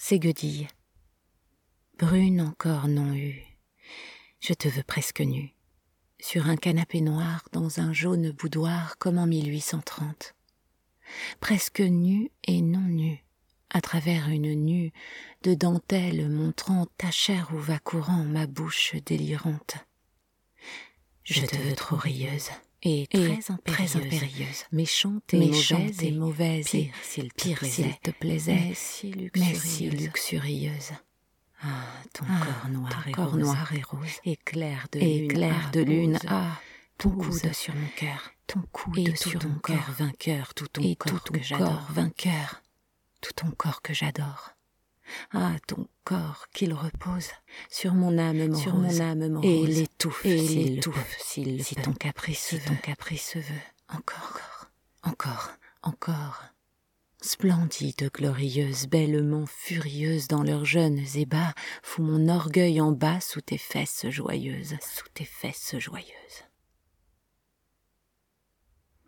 c'est guedille. Brune encore non hue, je te veux presque nue, sur un canapé noir dans un jaune boudoir comme en 1830. Presque nue et non nue, à travers une nue de dentelle montrant ta chair où va courant ma bouche délirante. Je te veux trop rieuse et très impérieuse, méchante et mauvaise, pire s'il te plaisait, mais si luxurieuse. Ah, ton corps noir et rose, éclair de lune, ton coude sur mon cœur, ton coude sur ton corps vainqueur, tout ton corps que j'adore, vainqueur, tout ton corps que j'adore. Ah, ton corps qu'il repose sur mon âme morose, et l'étouffe si ton caprice veut. Encore. Splendide, glorieuse, bellement furieuse dans leurs jeunes ébats, fous mon orgueil en bas sous tes fesses joyeuses.